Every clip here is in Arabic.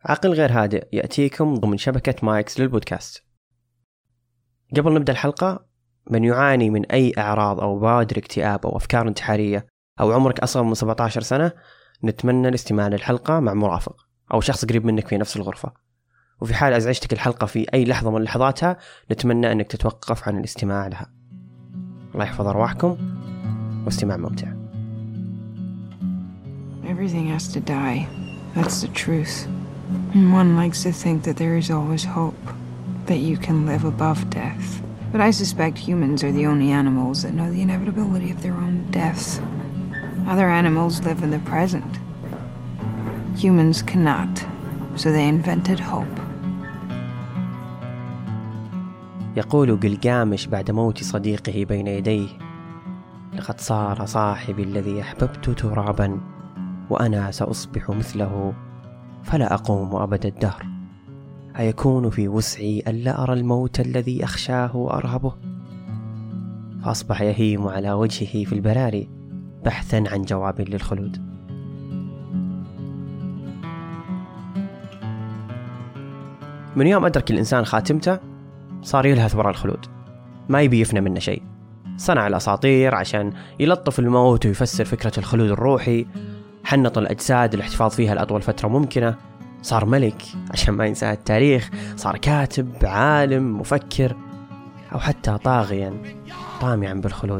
عقل غير هادئ يأتيكم ضمن شبكة مايكس للبودكاست. قبل نبدأ الحلقة، من يعاني من أي أعراض أو بوادر اكتئاب أو أفكار انتحارية أو عمرك أصغر من 17 سنة، نتمنى الاستماع للحلقة مع مرافق أو شخص قريب منك في نفس الغرفة. وفي حال أزعجتك الحلقة في أي لحظة من لحظاتها، نتمنى أنك تتوقف عن الاستماع لها. الله يحفظ أرواحكم واستماع ممتع. Everything has to die. That's the truth. And one likes to think that there is always hope, that you can live above death. But I suspect humans are the only animals that know the inevitability of their own deaths. Other animals live in the present. Humans cannot, so they invented hope. يقول قلقامش بعد موت صديقه بين يديه: لقد صار صاحبي الذي أحببت ترابا، وأنا سأصبح مثله فلا أقوم أبد الدهر. أيكون في وسعي ألا أرى الموت الذي أخشاه وأرهبه؟ فأصبح يهيم على وجهه في البراري بحثا عن جواب للخلود. من يوم أدرك الإنسان خاتمته صار يلهث وراء الخلود، ما يبي يفنى منه شيء. صنع الأساطير عشان يلطف الموت ويفسر فكرة الخلود الروحي، حنط الأجساد الاحتفاظ فيها لأطول فترة ممكنة، صار ملك عشان ما ينسى التاريخ، صار كاتب، عالم، مفكر، أو حتى طاغيا طامعا بالخلود.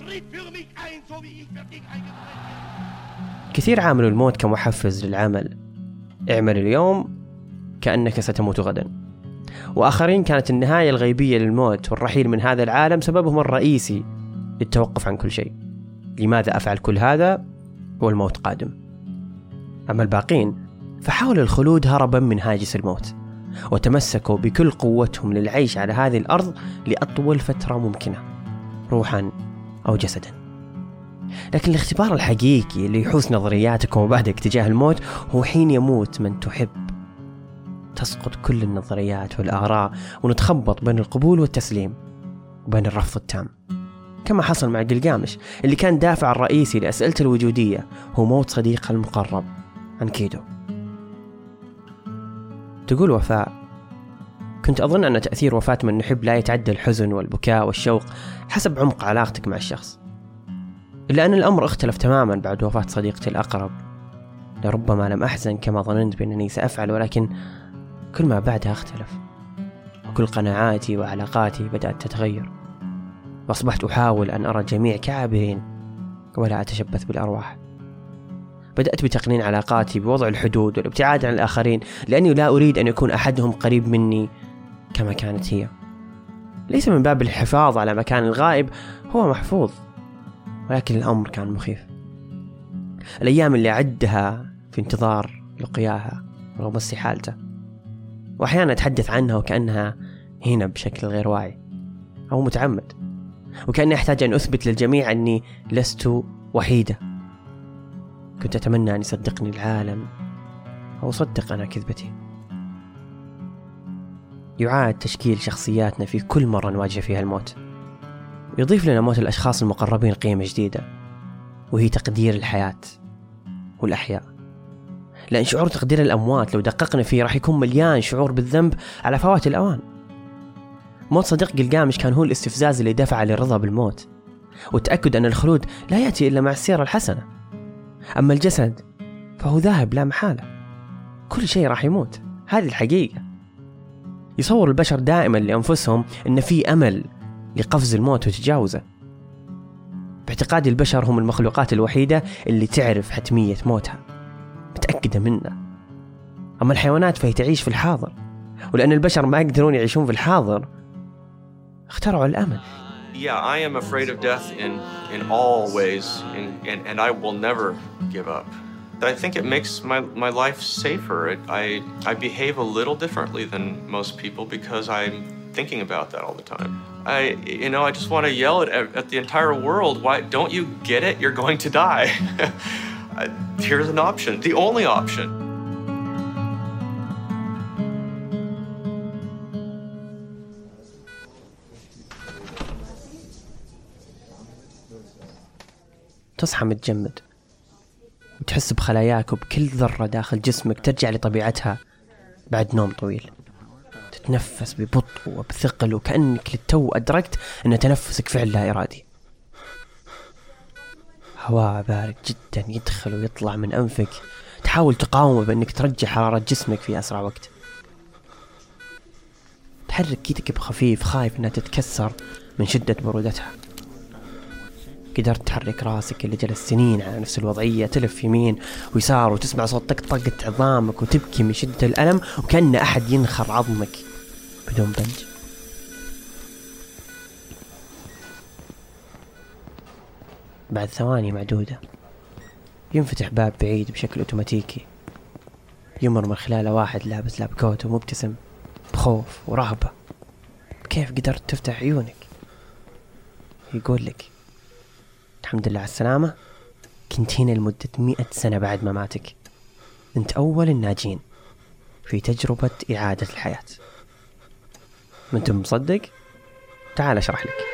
كثير عاملوا الموت كمحفز للعمل، اعمل اليوم كأنك ستموت غدا. وآخرين كانت النهاية الغيبية للموت والرحيل من هذا العالم سببهم الرئيسي للتوقف عن كل شيء. لماذا أفعل كل هذا والموت قادم؟ أما الباقين فحاولوا الخلود هربا من هاجس الموت، وتمسكوا بكل قوتهم للعيش على هذه الأرض لأطول فترة ممكنة، روحا أو جسدا. لكن الاختبار الحقيقي اللي يحوس نظرياتك ومبادئك تجاه الموت هو حين يموت من تحب. تسقط كل النظريات والآراء ونتخبط بين القبول والتسليم وبين الرفض التام، كما حصل مع قلقامش اللي كان دافع الرئيسي لأسئلة الوجودية هو موت صديقه المقرب عنكيدو. تقول وفاء: كنت أظن أن تأثير وفاة من نحب لا يتعدى الحزن والبكاء والشوق حسب عمق علاقتك مع الشخص، إلا أن الأمر اختلف تماما بعد وفاة صديقتي الأقرب. لربما لم أحزن كما ظننت بأنني سأفعل، ولكن كل ما بعدها اختلف، وكل قناعاتي وعلاقاتي بدأت تتغير، وأصبحت أحاول أن أرى الجميع كعابرين ولا أتشبث بالأرواح. بدأت بتقنين علاقاتي بوضع الحدود والابتعاد عن الآخرين، لأني لا أريد أن يكون أحدهم قريب مني كما كانت هي، ليس من باب الحفاظ على مكان الغائب، هو محفوظ، ولكن الأمر كان مخيف. الأيام اللي عدها في انتظار لقياها رغم حالته، وأحيانا أتحدث عنها وكأنها هنا بشكل غير واعي أو متعمد، وكأني أحتاج أن أثبت للجميع أني لست وحيدة. كنت أتمنى أن يصدقني العالم أو صدق أنا كذبتي. يعاد تشكيل شخصياتنا في كل مرة نواجه فيها الموت، يضيف لنا موت الأشخاص المقربين قيمة جديدة، وهي تقدير الحياة والأحياء. لأن شعور تقدير الأموات لو دققنا فيه راح يكون مليان شعور بالذنب على فوات الأوان. موت صديق قلقامش كان هو الاستفزاز اللي دفع للرضا بالموت، والتأكد أن الخلود لا يأتي إلا مع السيرة الحسنة. أما الجسد فهو ذاهب لا محالة، كل شيء راح يموت، هذه الحقيقة. يصور البشر دائما لأنفسهم أن في أمل لقفز الموت وتجاوزه، باعتقاد البشر هم المخلوقات الوحيدة اللي تعرف حتمية موتها، متأكدة منه. أما الحيوانات فهي تعيش في الحاضر، ولأن البشر ما يقدرون يعيشون في الحاضر اخترعوا الأمل. Yeah, I am afraid of death in all ways, and I will never give up. I think it makes my life safer. I behave a little differently than most people because I'm thinking about that all the time. I just want to yell at the entire world. Why don't you get it? You're going to die. Here's an option, the only option. تصحى متجمد وتحس بخلاياك وبكل ذرة داخل جسمك ترجع لطبيعتها بعد نوم طويل، تتنفس ببطء وبثقل وكأنك للتو أدركت أن تنفسك فعل لا إرادي. هواء بارد جدا يدخل ويطلع من أنفك، تحاول تقاومه بأنك ترجع حرارة جسمك في أسرع وقت. تحرك كيتك بخفيف خايف أنها تتكسر من شدة برودتها. قدرت تحرك راسك اللي جلس سنين على نفس الوضعية، تلف يمين ويسار وتسمع صوت طقطقة عظامك وتبكي من شدة الألم وكأن أحد ينخر عظمك بدون بنج. بعد ثواني معدودة ينفتح باب بعيد بشكل أوتوماتيكي، يمر من خلاله واحد لابس لاب كوت ومبتسم بخوف ورهبة. كيف قدرت تفتح عيونك؟ يقول لك الحمد لله على السلامة، كنت هنا لمدة 100 سنة بعد مماتك، انت أول الناجين في تجربة إعادة الحياة. ما انت مصدق؟ تعال أشرح لك.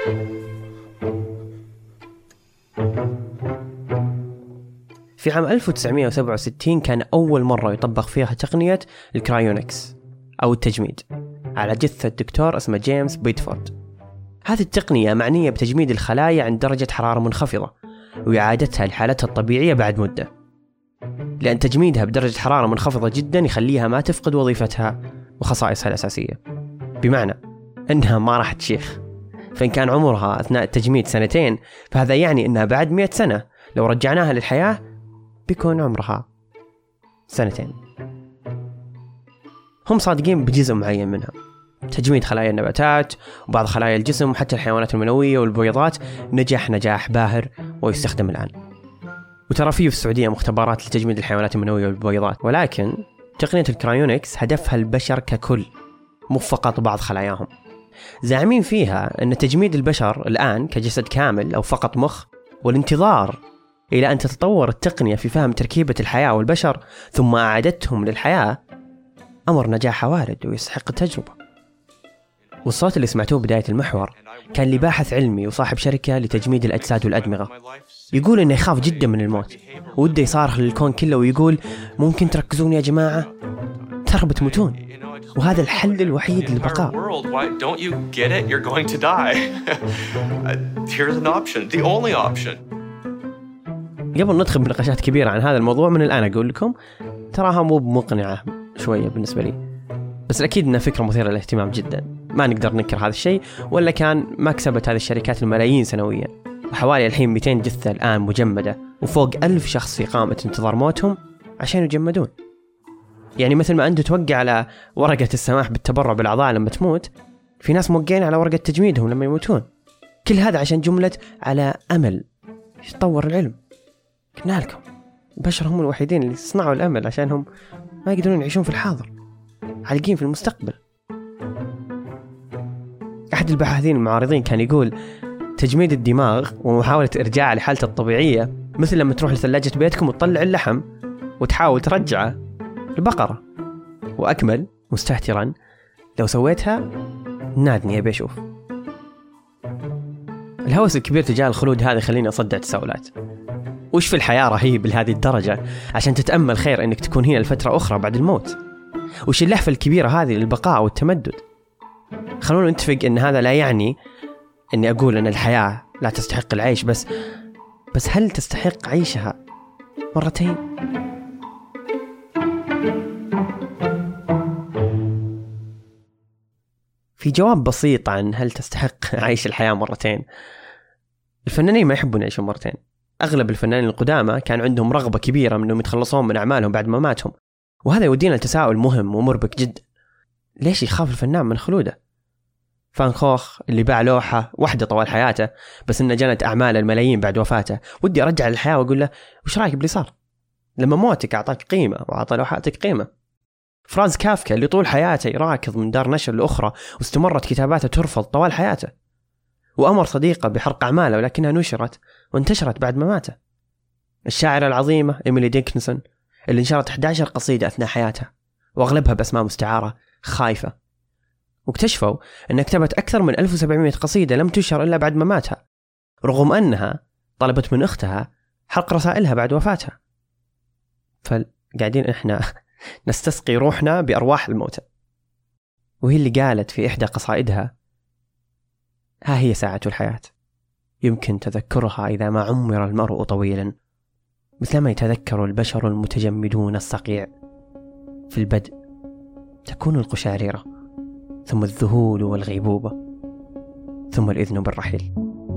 في عام 1967 كان أول مرة يطبق فيها تقنية الكرايونكس أو التجميد على جثة دكتور اسمه جيمس بيدفورد. هذه التقنية معنية بتجميد الخلايا عند درجة حرارة منخفضة وإعادتها لحالتها الطبيعية بعد مدة، لأن تجميدها بدرجة حرارة منخفضة جدا يخليها ما تفقد وظيفتها وخصائصها الأساسية، بمعنى أنها ما راح تشيخ. فإن كان عمرها أثناء التجميد 2 سنين، فهذا يعني أنها بعد 100 سنة لو رجعناها للحياة بيكون عمرها 2 سنين. هم صادقين بجزء معين منها، تجميد خلايا النباتات وبعض خلايا الجسم وحتى الحيوانات المنوية والبويضات نجاح باهر ويستخدم الآن. وترى فيه في السعودية مختبرات لتجميد الحيوانات المنوية والبويضات، ولكن تقنية الكرايونكس هدفها البشر ككل مو فقط بعض خلاياهم. زعمين فيها أن تجميد البشر الآن كجسد كامل أو فقط مخ، والانتظار إلى أن تتطور التقنية في فهم تركيبة الحياة والبشر ثم إعادتهم للحياة أمر نجاح وارد ويستحق التجربة. والصوت اللي سمعتوه بداية المحور كان لباحث علمي وصاحب شركة لتجميد الأجساد والأدمغة، يقول إنه يخاف جدا من الموت وده يصارخ للكون كله ويقول ممكن تركزون يا جماعة، ترى بتموتون وهذا الحل الوحيد للبقاء. قبل ندخل بنقاشات كبيرة عن هذا الموضوع، من الآن أقول لكم تراها مو مقنعة شوية بالنسبة لي، بس أكيد إنها فكرة مثيرة للاهتمام جدا، ما نقدر ننكر هذا الشيء، ولا كان ما كسبت هذه الشركات الملايين سنويا. وحوالي الحين 200 جثة الآن مجمدة، وفوق 1000 شخص في قائمة انتظار موتهم عشان يجمدون. يعني مثل ما أنت توقع على ورقة السماح بالتبرع بالأعضاء لما تموت، في ناس موقعين على ورقة تجميدهم لما يموتون. كل هذا عشان جملة على أمل يتطور العلم. قلنا لكم البشر هم الوحيدين اللي يصنعوا الأمل عشانهم ما يقدرون يعيشون في الحاضر، عالقين في المستقبل. أحد الباحثين المعارضين كان يقول تجميد الدماغ ومحاولة إرجاعه لحالته الطبيعية مثل لما تروح لثلاجة بيتكم وتطلع اللحم وتحاول ترجعه البقرة، وأكمل مستهترا لو سويتها نادني أبي أشوف. الهوس الكبير تجاه الخلود هذا خليني أصدع تساؤلات. وش في الحياة رهيب لهذه الدرجة عشان تتأمل خير أنك تكون هنا لفترة أخرى بعد الموت؟ وش اللهفة الكبيرة هذه للبقاء والتمدد؟ خلونا نتفق أن هذا لا يعني أني أقول أن الحياة لا تستحق العيش، بس هل تستحق عيشها مرتين؟ في جواب بسيط عن هل تستحق عيش الحياة مرتين. الفنانين ما يحبون يعيشون مرتين. أغلب الفنانين القدامى كان عندهم رغبة كبيرة منهم يتخلصون من أعمالهم بعد مماتهم، وهذا يودينا لتساؤل مهم ومربك جدا: ليش يخاف الفنان من خلوده؟ فان كوخ اللي باع لوحة واحدة طوال حياته بس إنه جنت أعمال الملايين بعد وفاته، ودي أرجع للحياة وأقول له وش رأيك باللي صار؟ لما موتك أعطاك قيمة وأعطى لوحاتك قيمة. فراز كافكا اللي طول حياته يراكض من دار نشر لأخرى واستمرت كتاباته ترفض طوال حياته، وأمر صديقه بحرق أعماله ولكنها نشرت وانتشرت بعد ما ماته. الشاعرة العظيمة إيميلي ديكنسون اللي نشرت 11 قصيدة أثناء حياتها وأغلبها بأسماء مستعارة خايفة، واكتشفوا أنها كتبت أكثر من 1700 قصيدة لم تنشر إلا بعد مماتها، رغم أنها طلبت من أختها حرق رسائلها بعد وفاتها. فقاعدين إحنا نستسقي روحنا بأرواح الموتى. وهي اللي قالت في إحدى قصائدها: ها هي ساعة الحياة يمكن تذكرها إذا ما عمر المرء طويلا، مثلما يتذكر البشر المتجمدون الصقيع. في البدء تكون القشعريرة، ثم الذهول والغيبوبة، ثم الإذن بالرحيل.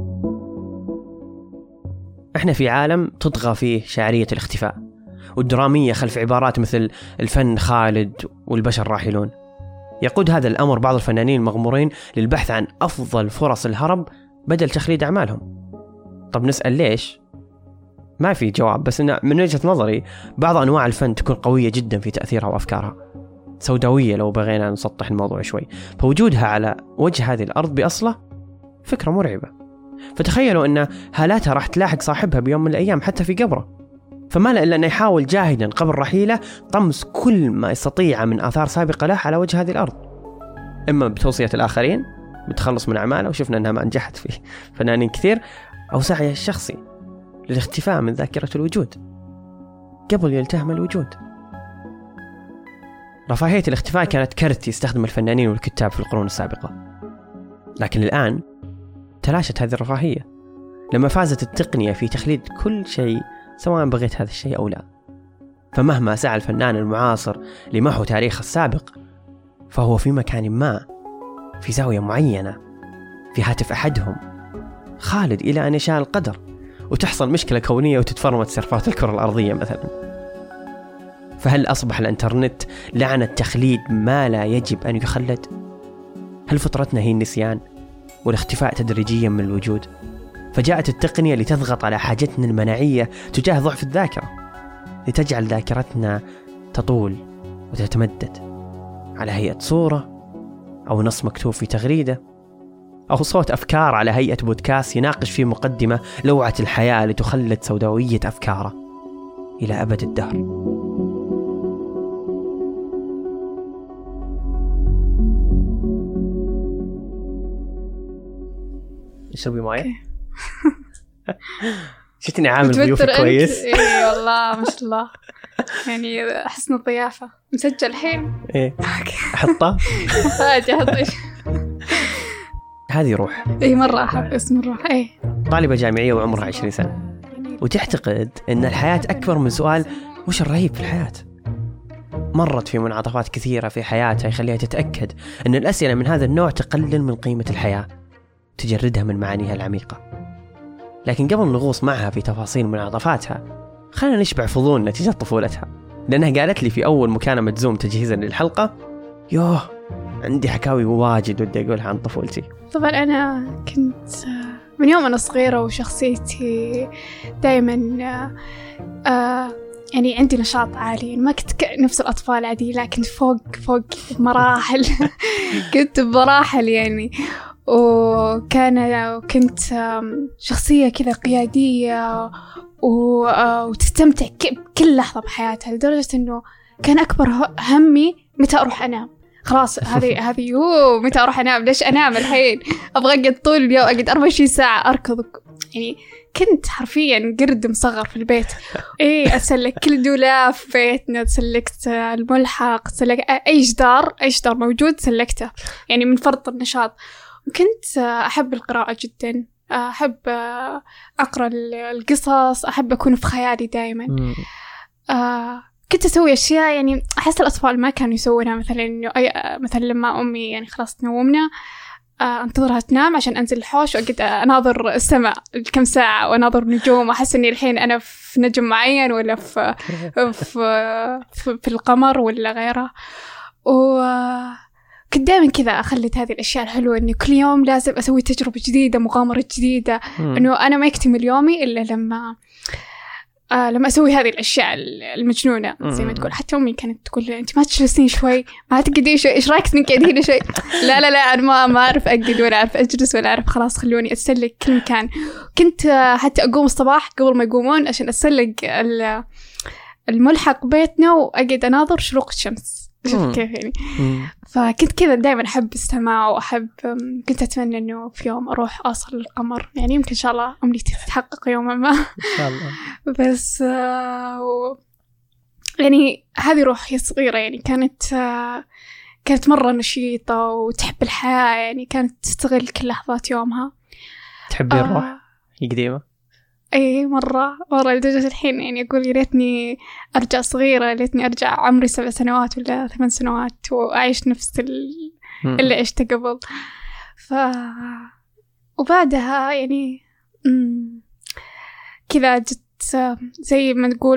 احنا في عالم تطغى فيه شعرية الاختفاء والدرامية خلف عبارات مثل الفن خالد والبشر راحلون. يقود هذا الأمر بعض الفنانين المغمورين للبحث عن أفضل فرص الهرب بدل تخليد أعمالهم. طب نسأل ليش؟ ما في جواب، بس إن من وجهة نظري بعض أنواع الفن تكون قوية جدا في تأثيرها وأفكارها، سوداوية لو بغينا نسطح الموضوع شوي، فوجودها على وجه هذه الأرض بأصله فكرة مرعبة. فتخيلوا أن هالاتها راح تلاحق صاحبها بيوم من الأيام حتى في قبره، فما له إلا أن يحاول جاهدا قبل رحيله طمس كل ما يستطيع من آثار سابقة له على وجه هذه الأرض، إما بتوصية الآخرين بتخلص من أعماله، وشفنا أنها ما نجحت في فنانين كثير، أو سعيه الشخصي للاختفاء من ذاكرة الوجود قبل يلتهم الوجود. رفاهية الاختفاء كانت كرت يستخدم الفنانين والكتاب في القرون السابقة، لكن الآن تلاشت هذه الرفاهية لما فازت التقنية في تخليد كل شيء سواء بغيت هذا الشيء أو لا. فمهما سعى الفنان المعاصر لمحو تاريخه السابق، فهو في مكان ما، في زاوية معينة، في هاتف أحدهم خالد إلى أن يشاء القدر وتحصل مشكلة كونية وتتفرمت سيرفات الكرة الأرضية مثلا. فهل أصبح الإنترنت لعنة تخليد ما لا يجب أن يخلد؟ هل فطرتنا هي النسيان والاختفاء تدريجيا من الوجود؟ فجاءت التقنية لتضغط على حاجتنا المناعية تجاه ضعف الذاكرة، لتجعل ذاكرتنا تطول وتتمدد على هيئة صورة أو نص مكتوب في تغريدة أو صوت أفكار على هيئة بودكاست يناقش فيه مقدمة لوعة الحياة لتخلد سوداوية أفكاره إلى أبد الدهر. اشربي مويه. شفتني عامل ضيوفي كويس. ايه والله ما شاء الله، يعني حسن الضيافة. مسجل الحين؟ ايه احطه عادي احطه. هذه روح. ايه مرة احب اسم الروح. ايه طالبة جامعية وعمرها 20 سنة وتعتقد ان الحياة اكبر من سؤال وش الرهيب في الحياة. مرت في منعطفات كثيرة في حياتها يخليها تتأكد ان الأسئلة من هذا النوع تقلل من قيمة الحياة، تجردها من معانيها العميقة. لكن قبل نغوص معها في تفاصيل منعطفاتها، خلينا نشبع فضولنا تجاه طفولتها، لأنها قالت لي في أول مكالمة زوم تجهيزا للحلقة: يوه عندي حكاوي واجد ودي أقولها عن طفولتي. طبعا أنا كنت من يوم أنا صغيرة وشخصيتي دايما يعني عندي نشاط عالي، ما كنت نفس الأطفال العادية، لكن فوق مراحل. كنت بمراحل يعني، وكنت شخصية كذا قيادية وتستمتع بكل لحظة بحياتها، لدرجة إنه كان أكبر همي متى أروح أنام. خلاص هذه متى أروح أنام؟ ليش أنام الحين؟ أبغى أقعد طول اليوم، أقعد 24 ساعة أركض. يعني كنت حرفيا قرد مصغر في البيت. إيه أتسلك كل دولاب في بيتنا، تسلكت الملحق، تسلك أي جدار موجود سلكته، يعني من فرط النشاط. وكنت أحب القراءة جدا، أحب أقرأ القصص، أحب أكون في خيالي دائما. كنت أسوي أشياء يعني أحس الأطفال ما كانوا يسوونها، مثلا لما أمي يعني خلاص تنومنا أنتظرها تنام عشان أنزل الحوش وأقعد أناظر السماء كم ساعة وأناظر نجوم، أحس إني الحين أنا في نجم معين ولا في القمر ولا غيره. كنت دائما كذا أخلد هذه الأشياء الحلوة، إني كل يوم لازم أسوي تجربة جديدة، مغامرة جديدة. إنه أنا ما يكتمل يومي إلا لما أسوي هذه الأشياء المجنونة زي ما تقول. حتى أمي كانت تقول أنت ما تجلسين شوي، ما تقعدين شوي، إيش رأيك تنقعدين هنا شوي؟ لا أنا ما أعرف أقعد ولا أعرف أجلس ولا أعرف، خلاص خلوني أتسلق كل مكان. كنت حتى أقوم الصباح قبل ما يقومون عشان أتسلق الملحق بيتنا وأقعد أناظر شروق الشمس. شوف كيف يعني. فكنت كذا دائما أحب السماء، وأحب كنت أتمنى إنه في يوم أروح أوصل للقمر، يعني يمكن إن شاء الله أمنيتي تتحقق يوما ما. إن شاء الله. بس يعني هذه روحي الصغيرة، يعني كانت مرة نشيطة وتحب الحياة، يعني كانت تستغل كل لحظات يومها. تحبي الروح هي قديمة؟ اي مرة لدرجة الحين يعني اقول يا ليتني ارجع صغيرة، ليتني ارجع عمري 7 سنوات ولا 8 سنوات واعيش نفس اللي عشته قبل. وبعدها يعني كذا جت زي ما نقول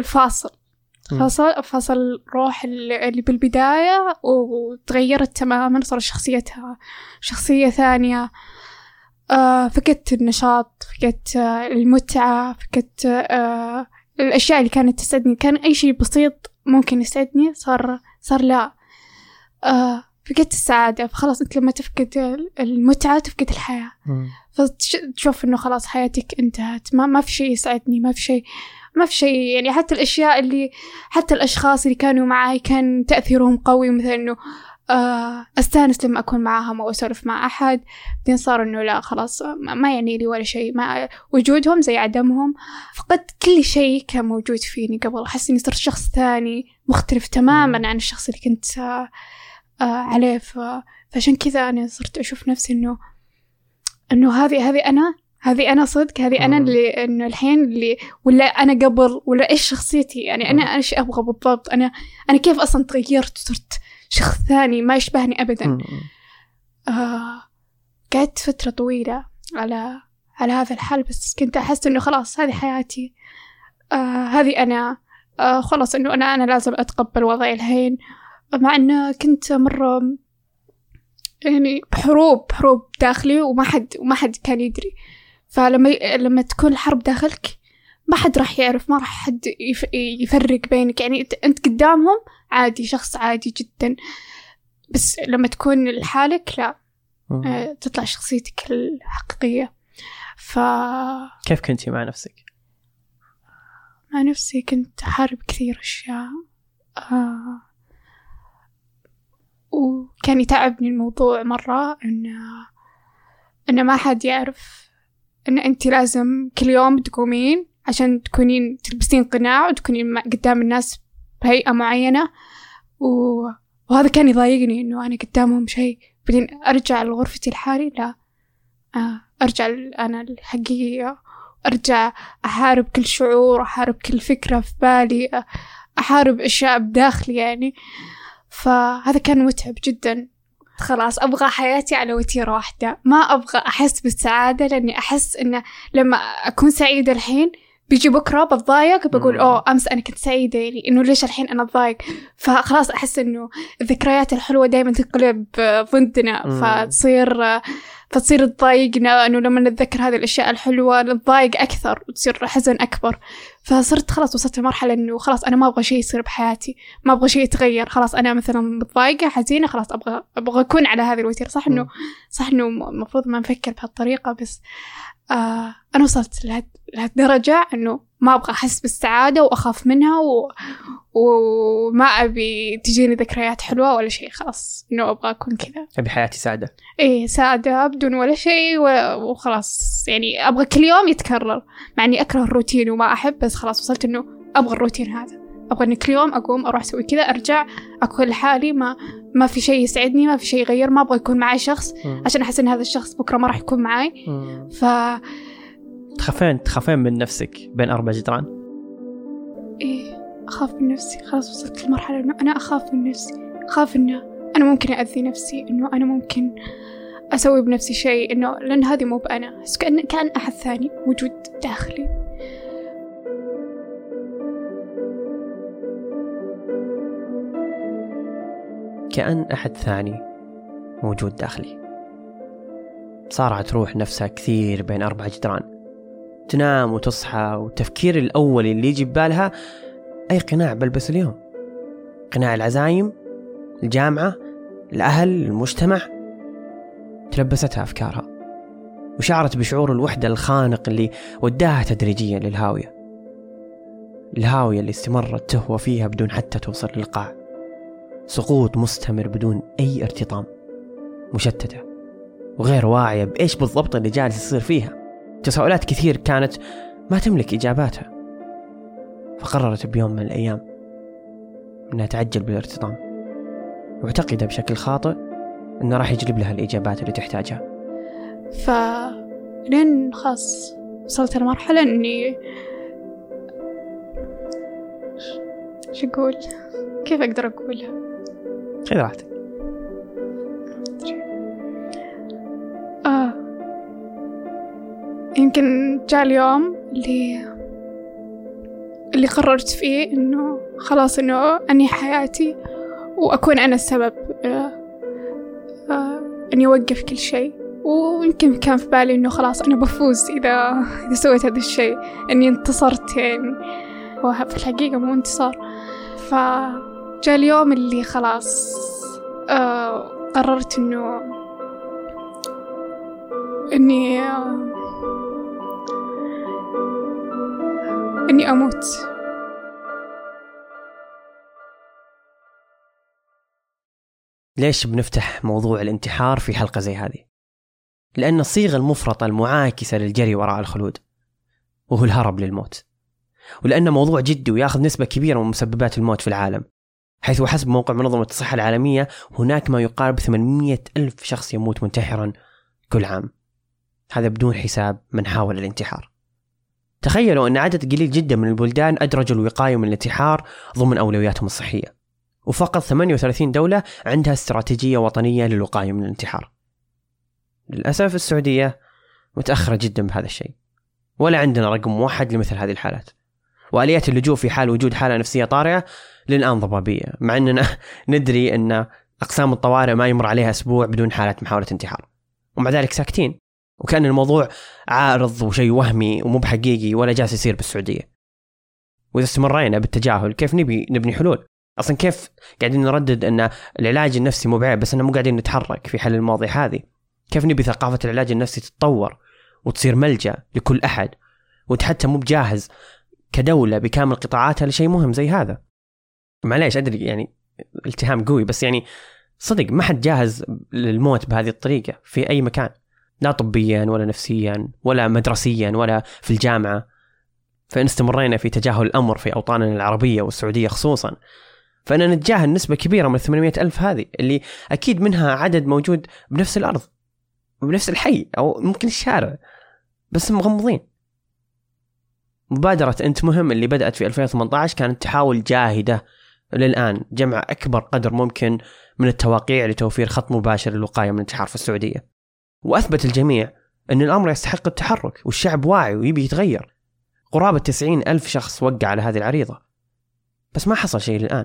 فاصل روح اللي بالبداية، وتغيرت تماما، صار شخصيتها شخصية ثانية. فقدت النشاط، فقدت المتعة، فقدت الأشياء اللي كانت تسعدني. كان أي شيء بسيط ممكن يسعدني صار لا. فقدت السعادة. فخلاص أنت لما تفقد المتعة تفقد الحياة. فتشوف إنه خلاص حياتك انتهت، ما في شيء يسعدني، ما في شيء يعني. حتى الأشياء حتى الأشخاص اللي كانوا معي كان تأثيرهم قوي، مثل إنه أستانس لما أكون معاهم أو أسولف مع أحد. بعدين صار إنه لا خلاص ما يعني لي ولا شيء، وجودهم زي عدمهم. فقدت كل شيء كان موجود فيني قبل. أحس إني صرت شخص ثاني مختلف تماما عن الشخص اللي كنت عليه. فعشان كذا أنا صرت أشوف نفسي إنه هذه أنا صدق، هذه أنا اللي إنه الحين اللي ولا أنا قبل، ولا إيش شخصيتي يعني. أنا إيش أبغى بالضبط؟ أنا كيف أصلا تغيرت وصرت شخص ثاني ما يشبهني أبدا. قعدت فترة طويلة على هذا الحال، بس كنت أحس إنه خلاص هذه حياتي، هذه أنا، خلاص إنه أنا لازم أتقبل وضعي الحين. مع إنه كنت مرة يعني بحروب داخلي، وما حد كان يدري. فلما تكون الحرب داخلك ما حد راح يعرف، ما راح حد يفرق بينك. يعني أنت قدامهم عادي، شخص عادي جدا، بس لما تكون لحالك لا، تطلع شخصيتك الحقيقية. كيف كنتي مع نفسك؟ مع نفسي كنت أحارب كثير أشياء، وكان يتعبني الموضوع مرة إن ما حد يعرف إن أنت لازم كل يوم تقومين عشان تكونين تلبسين قناع وتكونين قدام الناس بهيئة معينة. وهذا كان يضايقني إنه أنا قدامهم شيء، بعدين أرجع لغرفتي الحالي لا، أرجع أنا الحقيقية، أرجع أحارب كل شعور، أحارب كل فكرة في بالي، أحارب أشياء بداخلي يعني. فهذا كان متعب جدا. خلاص أبغى حياتي على وتيرة واحدة، ما أبغى أحس بالسعادة، لأني أحس إنه لما أكون سعيدة الحين بيجي بكرة بتضايق، بقول أمس أنا كنت سعيدة، يعني إنه ليش الحين أنا أتضايق. فخلاص أحس إنه الذكريات الحلوة دايما تنقلب ضدنا، فتصير تضايقنا، إنه لما نتذكر هذه الأشياء الحلوة نتضايق أكثر وتصير حزن أكبر. فصرت خلاص وصلت لمرحلة إنه خلاص أنا ما أبغى شيء يصير بحياتي، ما أبغى شيء يتغير. خلاص أنا مثلا متضايقة حزينة، خلاص أبغى أكون على هذه الوتيرة. صح إنه مفروض ما نفكر بهالطريقة، بس أنا وصلت لهالدرجة إنه ما أبغى أحس بالسعادة وأخاف منها، وما أبي تجيني ذكريات حلوة ولا شيء. خلاص إنه أبغى أكون كذا، أبي حياتي سعادة. إيه سعادة بدون ولا شيء، وخلاص يعني أبغى كل يوم يتكرر، مع إني أكره الروتين وما أحب، بس خلاص وصلت إنه أبغى الروتين هذا. أبغى إن كل يوم أقوم أروح أسوي كذا، أرجع أكون لحالي، ما في شيء يسعدني، ما في شيء يغير. ما أبغى يكون معي شخص عشان أحس إن هذا الشخص بكرة ما راح يكون معي. تخافين من نفسك بين 4 جدران؟ إيه أخاف من نفسي. خلاص وصلت لمرحلة إنه أنا أخاف من نفسي، أخاف إنه أنا ممكن أذي نفسي، إنه أنا ممكن أسوي بنفسي شيء، إنه لأن هذه مو بأنا، كان أحد ثاني موجود داخلي. كأن أحد ثاني موجود داخلي. صارت روح نفسها كثير بين 4 جدران، تنام وتصحى، والتفكير الأولي اللي يجي ببالها أي قناع بلبس اليوم، قناع العزايم، الجامعة، الأهل، المجتمع. تلبستها أفكارها، وشعرت بشعور الوحدة الخانق اللي وداها تدريجيا للهاوية، الهاوية اللي استمرت تهوى فيها بدون حتى توصل للقاع، سقوط مستمر بدون أي ارتطام، مشتتة وغير واعية بإيش بالضبط اللي جالس يصير فيها. تساؤلات كثير كانت ما تملك إجاباتها. فقررت بيوم من الأيام أنها تعجل بالارتطام، معتقدة بشكل خاطئ أنه راح يجلب لها الإجابات اللي تحتاجها. لين خلاص وصلت لمرحلة أني شو أقول، كيف أقدر أقولها؟ خذ راحتك. يمكن جاء اليوم اللي قررت فيه إنه خلاص إنه أنهي حياتي وأكون أنا السبب، إني أوقف كل شيء. ويمكن كان في بالي إنه خلاص أنا بفوز إذا سويت هذا الشيء، إني انتصرت يعني، وفي الحقيقة مو انتصار. فجاء اليوم اللي خلاص قررت إني أموت. ليش بنفتح موضوع الانتحار في حلقة زي هذه؟ لأن الصيغة المفرطة المعاكسة للجري وراء الخلود وهو الهرب للموت، ولأن موضوع جدي ويأخذ نسبة كبيرة من مسببات الموت في العالم، حيث حسب موقع منظمة الصحة العالمية هناك ما يقارب 800,000 شخص يموت منتحرا كل عام، هذا بدون حساب من حاول الانتحار. تخيلوا أن عدد قليل جدا من البلدان أدرجوا الوقاية من الانتحار ضمن أولوياتهم الصحية، وفقط 38 دولة عندها استراتيجية وطنية للوقاية من الانتحار. للأسف السعودية متأخرة جدا بهذا الشيء، ولا عندنا رقم موحد لمثل هذه الحالات، وآليات اللجوء في حال وجود حالة نفسية طارئة للآن ضبابية، مع أننا ندري أن أقسام الطوارئ ما يمر عليها أسبوع بدون حالة محاولة انتحار، ومع ذلك ساكتين، وكأن الموضوع عارض وشيء وهمي ومو بحقيقي ولا جالس يصير بالسعودية. وإذا استمرينا بالتجاهل كيف نبني حلول؟ أصلا كيف قاعدين نردد أن العلاج النفسي مو بعيب بس أننا مو قاعدين نتحرك في حل المواضيع هذه؟ كيف نبي ثقافة العلاج النفسي تتطور وتصير ملجأ لكل أحد، وحتى مو بجاهز كدولة بكامل قطاعاتها لشيء مهم زي هذا؟ معليش أدري يعني التهام قوي، بس يعني صدق ما حد جاهز للموت بهذه الطريقة في أي مكان، لا طبيا ولا نفسيا ولا مدرسيا ولا في الجامعة. فإن استمرينا في تجاهل الأمر في أوطاننا العربية والسعودية خصوصا، فإننا نتجاهل نسبة كبيرة من 800,000 هذه، اللي أكيد منها عدد موجود بنفس الأرض وبنفس الحي أو ممكن الشارع، بس مغمضين. مبادرة أنت مهم اللي بدأت في 2018 كانت تحاول جاهدة للآن جمع أكبر قدر ممكن من التواقيع لتوفير خط مباشر للوقاية من الانتحار في السعودية، وأثبت الجميع أن الأمر يستحق التحرك والشعب واعي ويبي يتغير. قرابة 90,000 شخص وقع على هذه العريضة، بس ما حصل شيء الآن.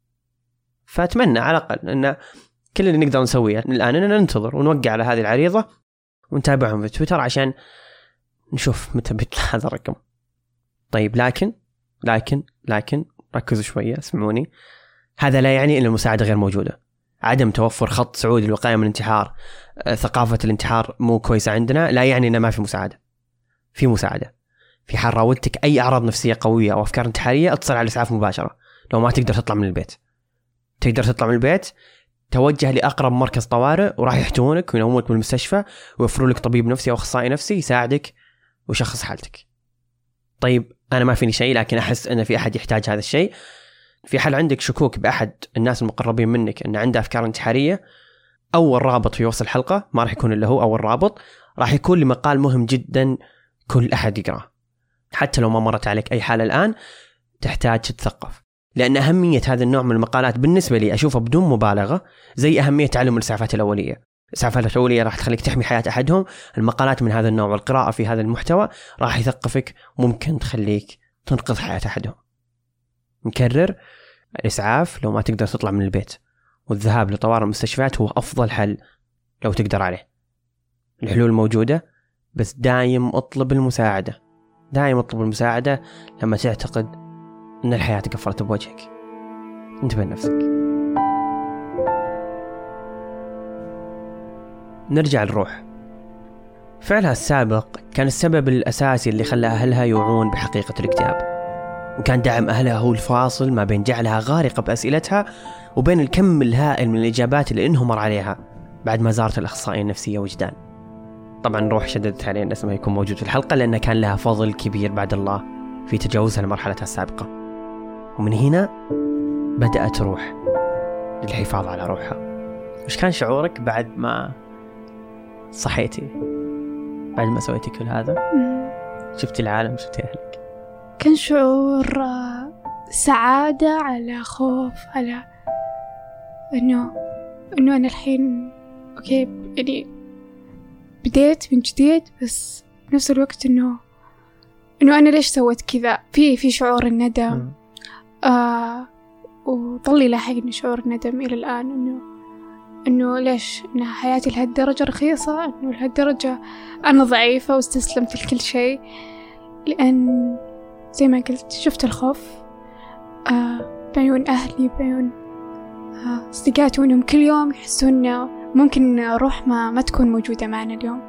فأتمنى على الأقل أن كل اللي نقدر نسويه الآن أننا ننتظر ونوقع على هذه العريضة ونتابعهم في تويتر عشان نشوف متى بيطلع هذا الرقم. طيب لكن ركزوا شوية، اسمعوني، هذا لا يعني أن المساعدة غير موجودة. عدم توفر خط سعودي للوقاية من الانتحار، ثقافة الانتحار مو كويسة عندنا، لا يعني أنه ما في مساعدة. في مساعدة في حال راودتك أي أعراض نفسية قوية أو أفكار انتحارية، اتصل على الإسعاف مباشرة. لو ما تقدر تطلع من البيت، توجه لأقرب مركز طوارئ وراح يحتوونك وينومونك بالمستشفى ويوفروا لك طبيب نفسي أو أخصائي نفسي يساعدك ويشخص حالتك. طيب أنا ما فيني شيء، لكن أحس أن في أحد يحتاج هذا الشيء. في حال عندك شكوك بأحد الناس المقربين منك أن عنده أفكار انتحارية، أول رابط في وصف الحلقة ما راح يكون إلا هو، أول رابط راح يكون لمقال مهم جدا كل أحد يقرأه. حتى لو ما مرت عليك أي حالة الآن تحتاج تتثقف، لأن أهمية هذا النوع من المقالات بالنسبة لي أشوفها بدون مبالغة زي أهمية تعلم الإسعافات الأولية. الإسعافات الأولية راح تخليك تحمي حياة أحدهم. المقالات من هذا النوع والقراءة في هذا المحتوى راح يثقفك، ممكن تخليك تنقذ حياة أحدهم. نكرر، الإسعاف لو ما تقدر تطلع من البيت، والذهاب لطوارئ المستشفيات هو أفضل حل لو تقدر عليه. الحلول موجودة، بس دايم اطلب المساعدة، لما تعتقد أن الحياة قفلت بوجهك. انتبه لنفسك. نرجع للروح. فعلها السابق كان السبب الأساسي اللي خلى أهلها يوعون بحقيقة الاكتئاب، وكان دعم أهلها هو الفاصل ما بين جعلها غارقة بأسئلتها وبين الكم الهائل من الإجابات اللي انهمر عليها بعد ما زارت الأخصائية النفسية وجدان. طبعا روح شددت عليه أن اسمها يكون موجود في الحلقة، لأن كان لها فضل كبير بعد الله في تجاوزها لمرحلتها السابقة. ومن هنا بدأت تروح للحفاظ على روحها. وش كان شعورك بعد ما صحيتي، بعد ما سويتي كل هذا؟ شفتي العالم، شفتي أهلك؟ كان شعور سعادة على خوف، على إنه أنا الحين أوكي يعني بديت من جديد، بس بنفس الوقت إنه أنا ليش سويت كذا. في شعور الندم. وظل لاحقني شعور الندم إلى الآن، إنه ليش إن حياتي لهالدرجة رخيصة، إنه لهالدرجة أنا ضعيفة واستسلمت لكل شيء. لأن زي ما قلت شفت الخوف بعيون أهلي، بعيون أصدقائي، وإنهم كل يوم يحسون ممكن روح ما تكون موجودة معنا اليوم.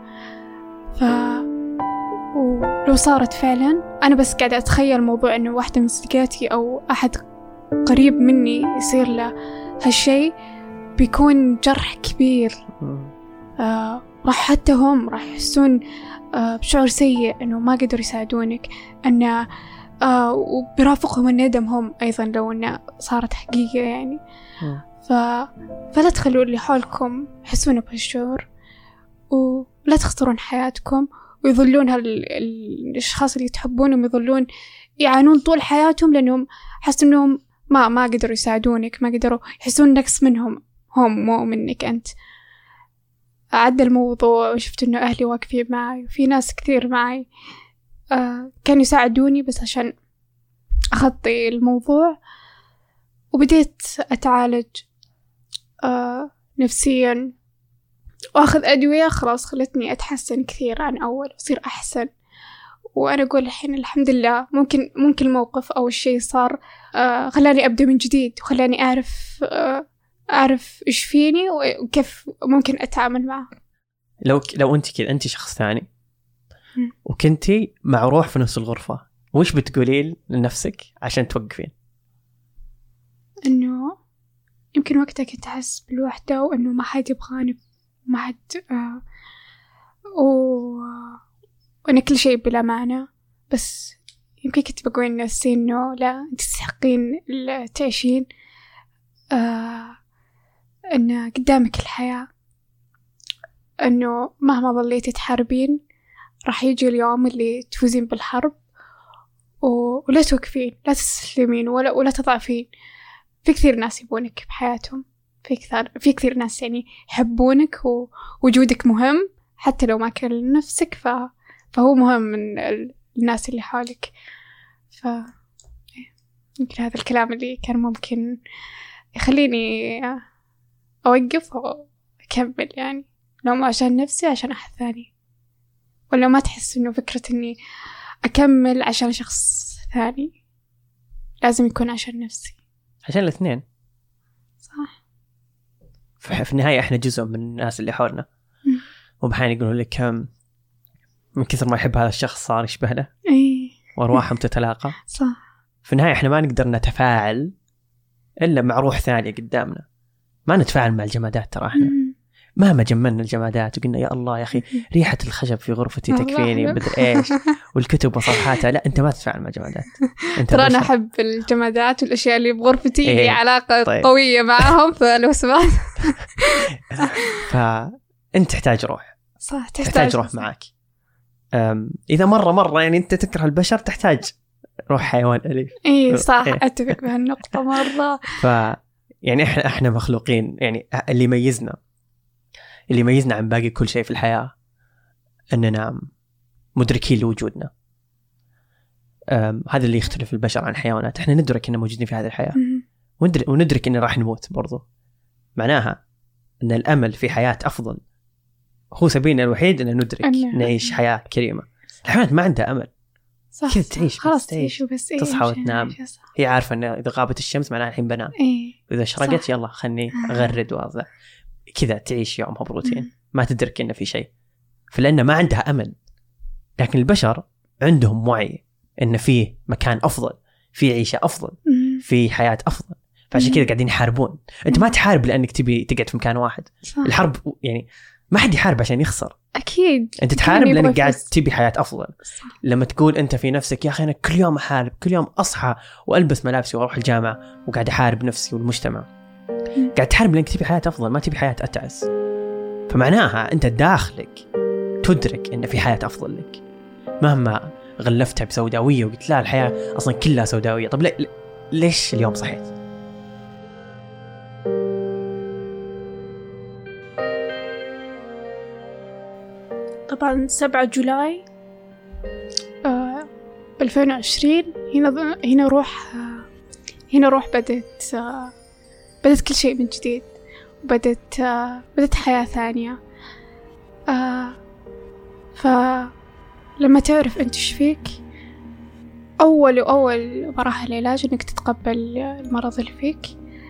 ولو صارت فعلا، أنا بس قاعدة أتخيل موضوع إنه واحدة من صديقاتي أو أحد قريب مني يصير له هالشيء، بيكون جرح كبير. راح حتى هم راح يحسون بشعور سيء إنه ما قدروا يساعدونك، أن وبيرافقهم الندم هم أيضا لو إنه صارت حقيقة يعني. فلا تخلوا اللي حولكم يحسون بهالشعور، ولا تخسرون حياتكم، ويظلون الأشخاص اللي تحبونهم يظلون يعانون طول حياتهم لأنهم حسوا إنهم ما قدروا يساعدونك، ما قدروا، يحسون نقص منهم هم مو منك أنت. أعد الموضوع وشفت إنه أهلي واقفين معي، وفي ناس كثير معي كانوا يساعدوني، بس عشان أخطي الموضوع. وبديت أتعالج نفسيا، وأخذ أدوية خلاص خلتني أتحسن كثير عن أول، وصير أحسن. وأنا أقول الحين الحمد لله، ممكن الموقف أو الشيء صار خلاني أبدأ من جديد، وخلاني أعرف إيش فيني وكيف ممكن أتعامل معه. لو أنت كذا، أنت شخص ثاني وكنتي مع روح في نفس الغرفة، وش بتقولين لنفسك عشان توقفين؟ إنه يمكن وقتها كنت أحس بالوحدة، وإنه ما حد يبغاني، ما حد وأنا كل شيء بلا معنى. بس يمكن كنت بقول لنفسي إنه لا، أنت تستحقين تعيشين، إن قدامك الحياة، إنه مهما ظليتي تحاربين راح يجي اليوم اللي تفوزين بالحرب، ولا توقفين، لا تستسلمين ولا تضعفين. في كثير ناس يبونك بحياتهم، في كثير ناس يعني يحبونك، ووجودك مهم حتى لو ما كان لنفسك، فهو مهم من الناس اللي حولك. يمكن هذا الكلام اللي كان ممكن يخليني أوقف وأكمل، يعني لو ما عشان نفسي، عشان أحد ثاني. ولا ما تحس إنه فكرة إني أكمل عشان شخص ثاني، لازم يكون عشان نفسي، عشان الاثنين. صح. في النهاية إحنا جزء من الناس اللي حولنا، وبحين يقولون لك من كثر ما يحب هذا الشخص صار يشبه له، وأرواحهم تتلاقى. صح. في النهاية إحنا ما نقدر نتفاعل إلا مع روح ثانية قدامنا، ما نتفاعل مع الجمادات. ترى إحنا مهما جملنا الجمادات وقلنا يا الله يا أخي ريحة الخشب في غرفتي تكفيني بدر إيش، والكتب وصفحاتها، لا أنت ما تتفاعل مع الجمادات. ترى أنا أحب الجمادات والأشياء اللي بغرفتي لي علاقة طيب. قوية معهم، فلو سمعت فأنت تحتاج روح. صح، تحتاج روح معك. إذا مرة يعني أنت تكره البشر، تحتاج روح حيوان أليف. صح. أتفق بهالنقطة مرة. يعني إحنا مخلوقين، يعني اللي يميزنا عن باقي كل شيء في الحياة أننا مدركين لوجودنا. هذا اللي يختلف البشر عن الحيوانات. إحنا ندرك أننا موجودين في هذه الحياة، وندرك أننا راح نموت برضو. معناها أن الأمل في حياة أفضل هو سبيلنا الوحيد أن ندرك نعيش حياة كريمة. الحيوانات ما عندها أمل، كذا تعيش، خلاص تعيش وبس. تصحى وتنام. هي عارفة أن إذا غابت الشمس معناها الحين بنام، وإذا شرقت يلا خلني أغرد وأضع كذا، تعيش يومها بروتين. ما تدرك إن في شيء، فلأن ما عندها أمل. لكن البشر عندهم وعي إن فيه مكان أفضل، في عيشة أفضل، في حياة أفضل. فعشان كذا قاعدين يحاربون. أنت ما تحارب لأنك تبي تقعد في مكان واحد. الحرب يعني ما حد يحارب عشان يخسر. أكيد أنت تحارب لأنك قاعد تبي حياة أفضل. لما تقول أنت في نفسك يا أخي أنا كل يوم أحارب، كل يوم أصحى وألبس ملابسي وأروح الجامعة وقاعد أحارب نفسي والمجتمع، قاعد تحارب لأنك تبي حياة أفضل، ما تبي حياة أتعس. فمعناها أنت داخلك تدرك إن في حياة أفضل لك مهما غلفتها بسوداوية وقلت لا الحياة أصلا كلها سوداوية. طب ليش اليوم صحيت؟ طبعا 7 جولاي 2020 هنا روح بدت كل شيء من جديد، بدت حياة ثانية. فلما تعرف أنت إيش فيك، أول مراحل العلاج إنك تتقبل المرض اللي فيك.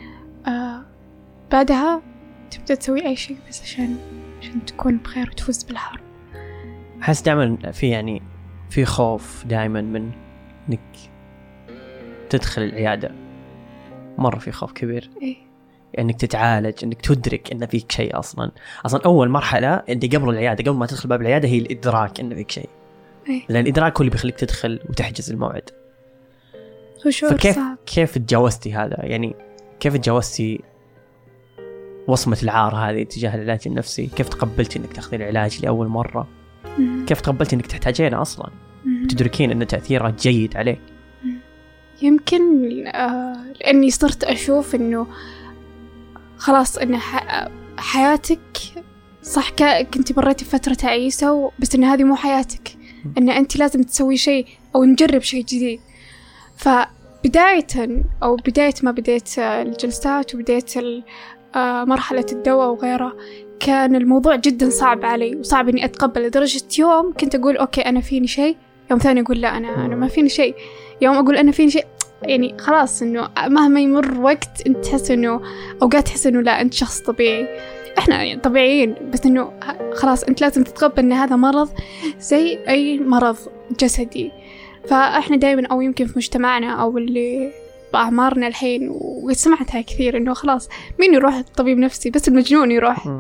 بعدها تبدأ تسوي أي شيء بس عشان تكون بخير وتفوز بالحرب. حس دائما في خوف دائما من إنك تدخل العيادة، مرة في خوف كبير. إيه؟ إنك تتعالج، إنك تدرك إن فيك شيء أصلا أول مرحلة اللي قبل العيادة، قبل ما تدخل باب العيادة، هي الإدراك إن فيك شيء. إيه؟ لأن الإدراك هو اللي بيخليك تدخل وتحجز الموعد. كيف تجاوزتي هذا؟ يعني كيف تجاوزتي وصمة العار هذه تجاه العلاج النفسي؟ كيف تقبلتي إنك تأخذي العلاج لأول مرة؟ كيف تقبلتي إنك تحتاجينه أصلا؟ تدركين إن تأثيره جيد عليك؟ يمكن لأني صرت أشوف إنه خلاص إن حياتك صح، كنت مريتي بفترة تعيسة، بس إن هذه مو حياتك، إن أنت لازم تسوي شيء أو نجرب شيء جديد. فبداية ما بديت الجلسات وبديت مرحلة الدواء وغيره، كان الموضوع جدا صعب علي وصعب إني أتقبل، لدرجة يوم كنت أقول أوكي أنا فيني شيء، يوم ثاني أقول لا أنا ما فيني شيء، يوم أقول أنا فيني شيء. يعني خلاص إنه مهما يمر وقت أنت تحس إنه أوقات تحس إنه لا أنت شخص طبيعي، إحنا يعني طبيعيين، بس إنه خلاص أنت لازم تتقبل إن هذا مرض زي أي مرض جسدي. فإحنا دائما أو يمكن في مجتمعنا أو اللي بأعمارنا الحين، وسمعتها كثير إنه خلاص مين يروح طبيب نفسي؟ بس المجنون يروح.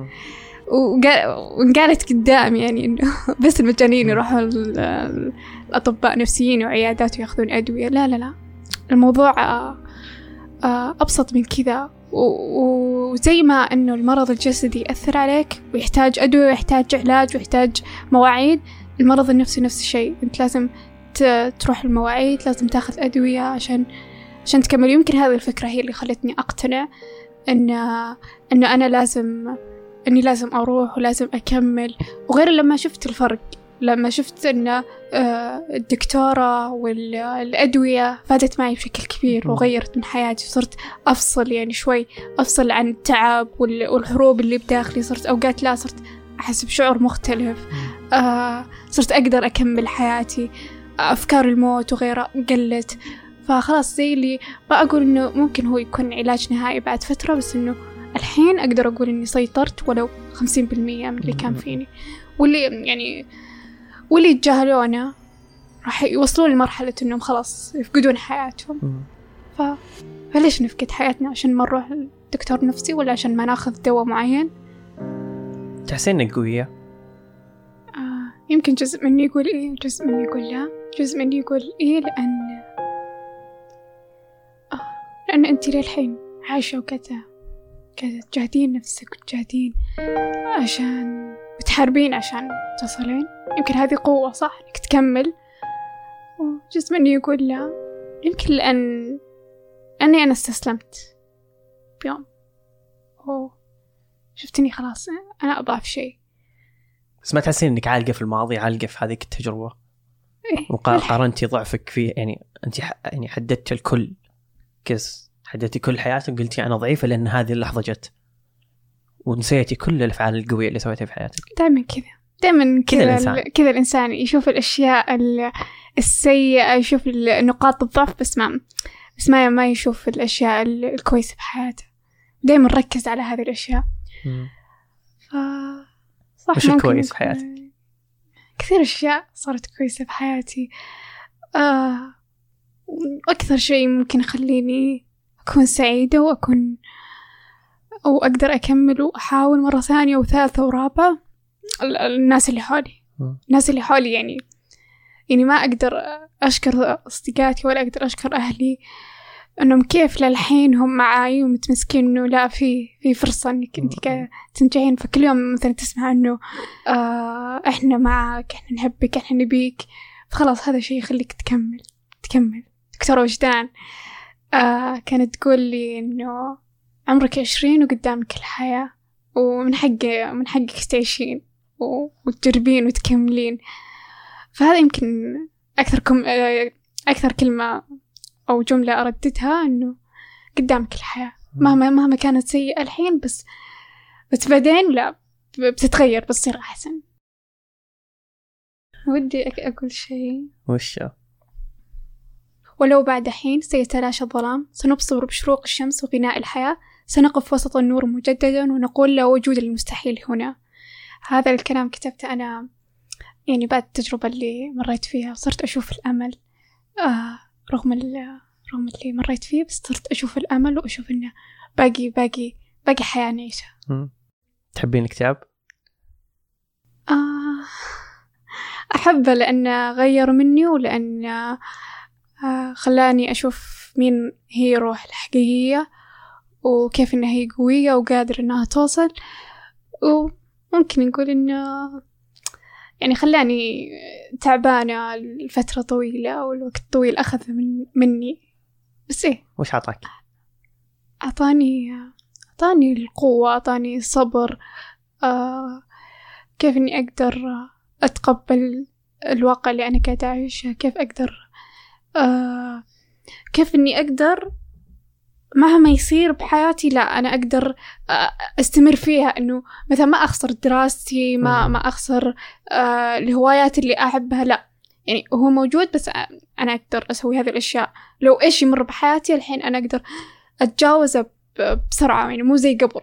وقالت قدام يعني إنه بس المجانين يروحوا الأطباء نفسيين وعيادات ويأخذون أدوية. لا الموضوع أبسط من كذا. وزي ما إنه المرض الجسدي يأثر عليك ويحتاج أدوية ويحتاج علاج ويحتاج مواعيد، المرض النفسي نفس الشيء، أنت لازم تروح المواعيد، لازم تاخذ أدوية عشان تكمل. يمكن هذه الفكرة هي اللي خلتني أقتنع إنه أنا لازم أروح ولازم أكمل. وغير لما شفت الفرق، لما شفت إن الدكتورة والأدوية فادت معي بشكل كبير وغيرت من حياتي، وصرت أفصل يعني شوي، أفصل عن التعب والحروب اللي بداخلي. صرت أوقات لا صرت أحس بشعور مختلف، صرت أقدر أكمل حياتي، أفكار الموت وغيرها قلت. فخلاص زي اللي ما أقول إنه ممكن هو يكون علاج نهائي بعد فترة، بس إنه الحين أقدر أقول إني سيطرت ولو 50% من اللي كان فيني. واللي يتجاهلونه راح يوصلون لمرحلة إنهم خلاص يفقدون حياتهم. فليش نفقد حياتنا عشان ما نروح لدكتور نفسي ولا عشان ما ناخذ دواء معين؟ تحسين إنك قوية؟ يمكن جزء مني يقول إيه وجزء مني يقول لا. جزء مني يقول إيه لأن أنت للحين عايشة وكذا تجاهدين نفسك وتجاهدين عشان وتحاربين عشان تصلين. يمكن هذه قوة صح إنك تكمل. وجزء مني يقول لا، يمكن لأني أنا استسلمت بيوم شفتني خلاص أنا أضعف شيء. بس ما تحسين إنك عالقة في الماضي، عالقة في هذه التجربة؟ إيه؟ وقارنتي ضعفك في يعني أنت يعني حددت الكل حددتي كل حياتك وقلتي أنا ضعيفة لأن هذه اللحظة جت، ونسيتي كل الأفعال القوية اللي سويتها في حياتك. دائما كذا الإنسان يشوف الأشياء السيئة، يشوف نقاط الضعف، بس ما يشوف الأشياء الكويسة في حياته. دائما ركز على هذه الأشياء. صح، وش كويس في حياتك؟ كثير أشياء صارت كويسة في حياتي. أكثر شيء ممكن يخليني أكون سعيدة أو أقدر أكمل وأحاول مرة ثانية وثالثة ورابعة، الناس اللي حولي. الناس اللي حولي يعني ما أقدر أشكر أصدقائي ولا أقدر أشكر أهلي أنهم كيف للحين هم معاي ومتمسكين إنه لا في فرصة إنك أنت تنجحين. فكل يوم مثلا تسمع إنه إحنا معك، إحنا نحبك، إحنا نبيك، فخلاص هذا شيء يخليك تكمل. دكتورة وجدان كانت تقول لي إنه عمرك 20 وقدامك الحياة، ومن حقك تعيشين وتجربين وتكملين. فهذا يمكن أكثر كلمة أو جملة أرددها، إنه قدامك الحياة مهما كانت سيئة الحين، بس بعدين لا بتتغير، بتصير أحسن. ودي أقول شيء. وش؟ ولو بعد حين سيتلاشى الظلام، سنبصر بشروق الشمس وغناء الحياة، سنقف وسط النور مجددا ونقول لا وجود المستحيل هنا. هذا الكلام كتبته أنا يعني بعد التجربة اللي مريت فيها. صرت أشوف الأمل رغم اللي مريت فيه، بس صرت أشوف الأمل وأشوف إنه باقي حياة نعيشها. تحبين الكتاب؟ أحبه لأنه غير مني، ولأن خلاني أشوف مين هي روح الحقيقية وكيف إنها هي قوية وقادر إنها توصل. وممكن نقول إنه يعني خلاني تعبانة لفترة طويلة والوقت طويل أخذ مني. بس إيه، وش عطاك؟ أعطاني القوة، أعطاني الصبر، كيف إني أقدر أتقبل الواقع اللي أنا قاعدة أعيشه، كيف إني أقدر مهما يصير بحياتي لا أنا أقدر أستمر فيها. إنه مثلا ما أخسر دراستي، ما أخسر الهوايات اللي أحبها، لا يعني هو موجود، بس أنا أقدر أسوي هذه الأشياء. لو إيش يمر بحياتي الحين أنا أقدر أتجاوزه بسرعة، يعني مو زي قبل.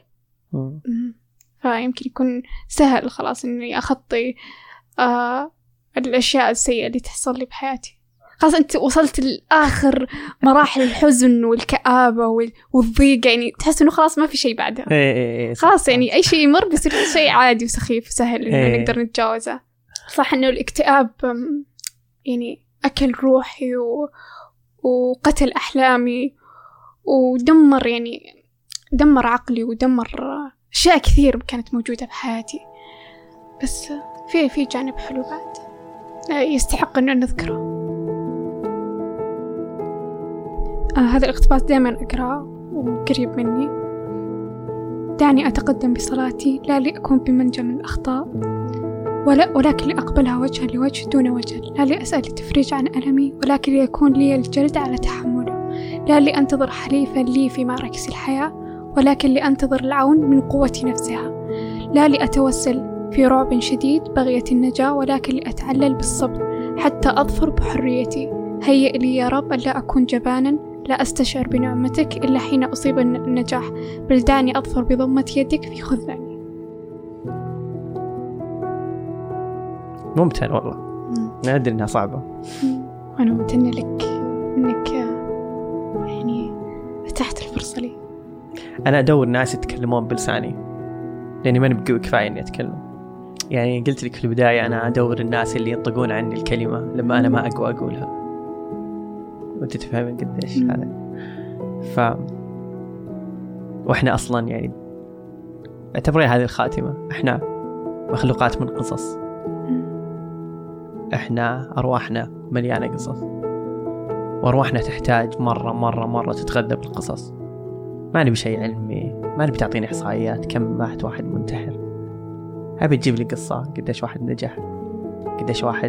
فيمكن يكون سهل خلاص إني أخطي الأشياء السيئة اللي تحصل لي بحياتي. خلاص أنت وصلت لآخر مراحل الحزن والكآبة والضيق، يعني تحس إنه خلاص ما في شيء بعدها. خلاص يعني أي شيء يمر بيصير شيء عادي وسخيف وسهل إنه نقدر نتجاوزه. صح إنه الاكتئاب يعني أكل روحي وقتل أحلامي ودمر، يعني دمر عقلي ودمر أشياء كثير كانت موجودة بحياتي. بس في جانب حلو بعد يستحق إنه نذكره. هذا الاقتباس دائما أقرأه وقريب مني. دعني أتقدم بصلاتي لا لأكون بمنجى من الأخطاء، ولكن لأقبلها وجها لوجه دون وجه، لا لأسأل التفريج عن ألمي، ولكن ليكون لي الجلد على تحمله، لا لأنتظر حليفا لي في معركة الحياة، ولكن لأنتظر العون من قوة نفسها، لا لأتوسل في رعب شديد بغية النجاة، ولكن لأتعلل بالصبر حتى أظفر بحريتي. هيئ لي يا رب ألا أكون جبانا، لا أستشعر بنعمتك إلا حين أصيب النجاح، بل دعني أظفر بضمة يدك في خذلاني. ممتن والله. أنا أدري إنها صعبة. وأنا ممتنة لك إنك يعني فتحت الفرصة لي. أنا أدور ناس يتكلمون بلساني لأني ما نبقى كفاية إني أتكلم. يعني قلت لك في البداية أنا أدور الناس اللي ينطقون عني الكلمة لما أنا ما أقوى أقولها، وأنت تفهمين قديش هذا. وإحنا أصلاً يعني اعتبري هذه الخاتمة، إحنا مخلوقات من قصص، إحنا أرواحنا مليانة قصص، وأرواحنا تحتاج مرة تتغذى بالقصص. ما نبي شيء علمي، ما نبي تعطيني إحصائيات كم مات واحد منتحر. أبي تجيب لي قصة قديش واحد نجح، قديش واحد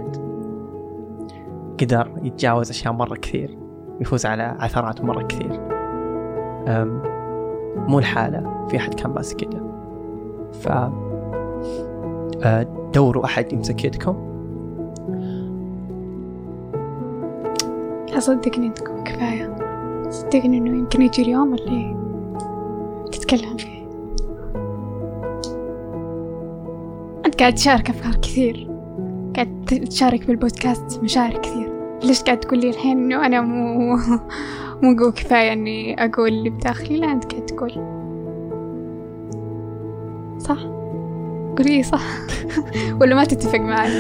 قدر يتجاوز أشياء مرة كثير، يفوز على عثرات مرة كثير. مو الحالة في أحد كان بس كده. دوروا أحد يمسك يدكم. أصدقني أنتكم كفاية، صدقني إنه يمكن يجي اليوم اللي تتكلم فيه. أنت قاعد تشارك أفكار كثير، قاعد تشارك بالبودكاست مشاعر كثير. ليش قاعد تقول لي الحين إنه أنا مو قوي كفاية إني أقول اللي بداخلي؟ لا، أنت قاعد تقول صح. قولي صح ولا ما تتفق معي؟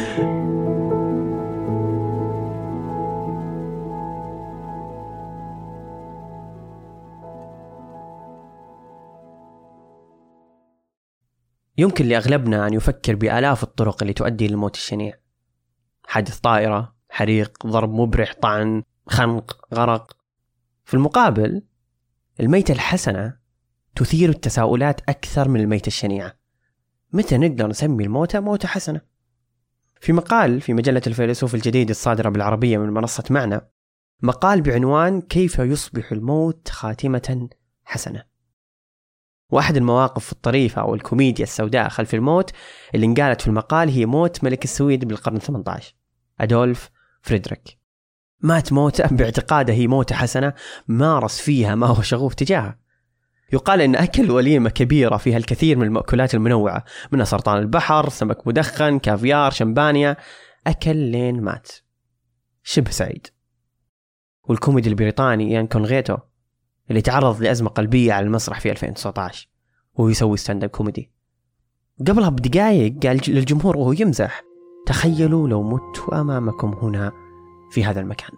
يمكن لأغلبنا أن يفكر بآلاف الطرق اللي تؤدي للموت الشنيع: حادث طائرة، حريق، ضرب مبرح، طعن، خنق، غرق. في المقابل الميتة الحسنة تثير التساؤلات أكثر من الميتة الشنيعة. متى نقدر نسمي الموتى موتى حسنة؟ في مقال في مجلة الفيلسوف الجديد الصادرة بالعربية من منصة معنى، مقال بعنوان كيف يصبح الموت خاتمة حسنة. واحد المواقف الطريفة أو الكوميديا السوداء خلف الموت اللي انقالت في المقال هي موت ملك السويد بالقرن 18 أدولف فريدريك. مات موتة باعتقاده هي موتة حسنة مارس فيها ما هو شغوف تجاهه. يقال إن أكل وليمة كبيرة فيها الكثير من المأكولات المنوعة، منها سرطان البحر، سمك مدخن، كافيار، شمبانيا، أكل لين مات شبه سعيد. والكوميدي البريطاني يان كونغيتو اللي تعرض لأزمة قلبية على المسرح في 2019 وهو يسوي ستاند اب كوميدي، قبلها بدقائق قال للجمهور وهو يمزح: تخيلوا لو مت أمامكم هنا في هذا المكان.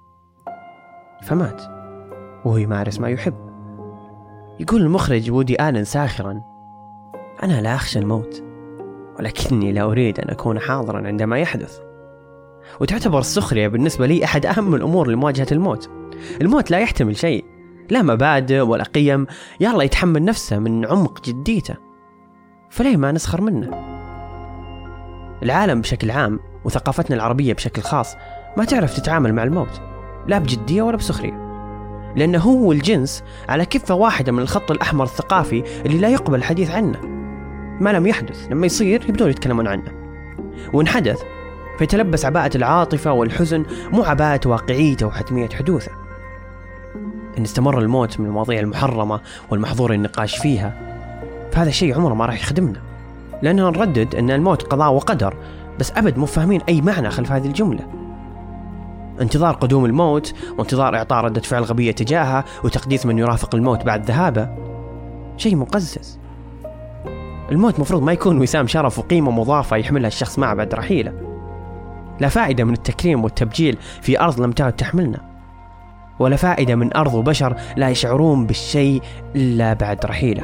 فمات وهو يمارس ما يحب. يقول المخرج وودي آلن ساخرا: أنا لا أخشى الموت، ولكني لا أريد أن أكون حاضرا عندما يحدث. وتعتبر السخرية بالنسبة لي أحد أهم الأمور لمواجهة الموت. الموت لا يحتمل شيء، لا مبادئ ولا قيم، يلا يتحمل نفسه من عمق جديته، فليه ما نسخر منه؟ العالم بشكل عام وثقافتنا العربية بشكل خاص ما تعرف تتعامل مع الموت لا بجدية ولا بسخرية، لأنه هو الجنس على كفة واحدة من الخط الأحمر الثقافي اللي لا يقبل الحديث عنه. ما لم يحدث لما يصير يبدون يتكلمون عنه، وإن حدث فيتلبس عباءة العاطفة والحزن مو عباءة واقعيته وحتمية حدوثه. إن استمر الموت من المواضيع المحرمة والمحظور النقاش فيها، فهذا الشيء عمره ما راح يخدمنا، لأننا نردد أن الموت قضاء وقدر، بس أبد مو فاهمين أي معنى خلف هذه الجملة. انتظار قدوم الموت وانتظار إعطاء ردة فعل غبية تجاهه وتقديس من يرافق الموت بعد ذهابه شيء مقزز. الموت مفروض ما يكون وسام شرف وقيمة مضافة يحملها الشخص معه بعد رحيله. لا فائدة من التكريم والتبجيل في أرض لم تعد تحملنا، ولا فائدة من أرض وبشر لا يشعرون بالشيء إلا بعد رحيله.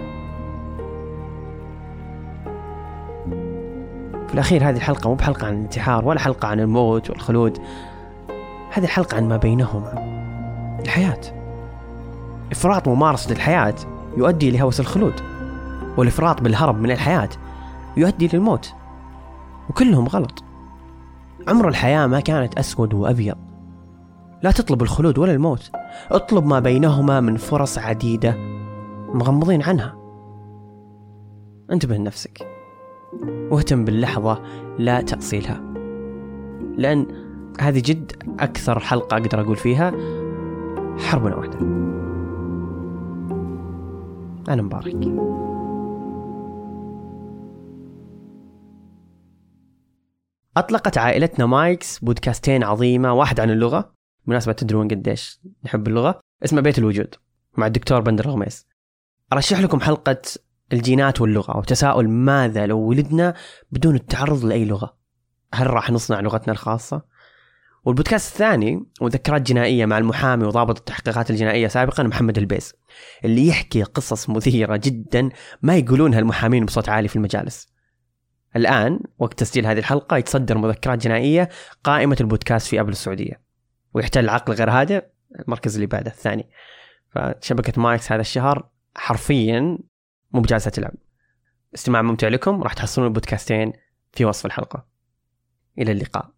في الأخير هذه الحلقة مو بحلقة عن الانتحار ولا حلقة عن الموت والخلود، هذه حلقة عن ما بينهما، الحياة. إفراط ممارسة الحياة يؤدي لهوس الخلود، والإفراط بالهرب من الحياة يؤدي للموت، وكلهم غلط. عمر الحياة ما كانت أسود وأبيض. لا تطلب الخلود ولا الموت، اطلب ما بينهما من فرص عديدة مغمضين عنها. انتبه لنفسك واهتم باللحظة لا تأصيلها، لأن هذه جد أكثر حلقة أقدر أقول فيها حربنا واحدة. أنا مبارك. أطلقت عائلتنا مايكس بودكاستين عظيمة، واحد عن اللغة، مناسبة تدرون قديش نحب اللغة، اسمه بيت الوجود مع الدكتور بندر غميس. أرشح لكم حلقة الجينات واللغة، وتساؤل ماذا لو ولدنا بدون التعرض لأي لغة؟ هل راح نصنع لغتنا الخاصة؟ والبودكاست الثاني مذكرات جنائية مع المحامي وضابط التحقيقات الجنائية سابقا محمد البيز، اللي يحكي قصص مثيرة جدا ما يقولونها المحامين بصوت عالي في المجالس. الآن وقت تسجيل هذه الحلقة يتصدر مذكرات جنائية قائمة البودكاست في أبل السعودية، ويحتل عقل غير هادئ المركز اللي بعده الثاني. فشبكة مايكس هذا الشهر حرفيا مو بجالسة تلعب. استماع ممتع لكم، راح تحصلون البودكاستين في وصف الحلقة. إلى اللقاء.